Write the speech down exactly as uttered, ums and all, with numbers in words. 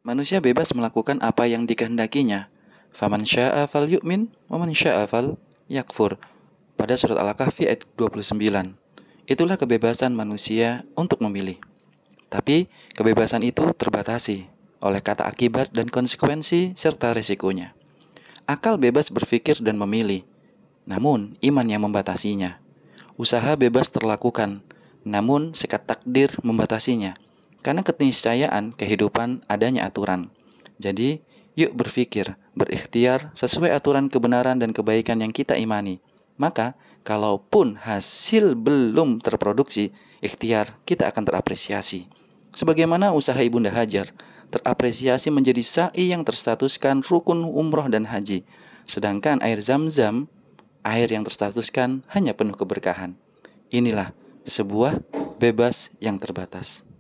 Manusia bebas melakukan apa yang dikehendakinya. Faman syaa'a falyu'min wa man syaa'a falyakfur. Pada surat Al-Kahfi ayat dua puluh sembilan. Itulah kebebasan manusia untuk memilih. Tapi kebebasan itu terbatasi oleh kata akibat dan konsekuensi serta resikonya. Akal bebas berpikir dan memilih, namun iman yang membatasinya. Usaha bebas terlakukan, namun sekat takdir membatasinya. Karena keniscayaan kehidupan adanya aturan. Jadi, yuk berpikir, berikhtiar sesuai aturan kebenaran dan kebaikan yang kita imani. Maka, kalaupun hasil belum terproduksi, ikhtiar kita akan terapresiasi. Sebagaimana usaha Ibunda Hajar, terapresiasi menjadi sa'i yang terstatuskan rukun umroh dan haji. Sedangkan air zam-zam, air yang terstatuskan hanya penuh keberkahan. Inilah sebuah bebas yang terbatas.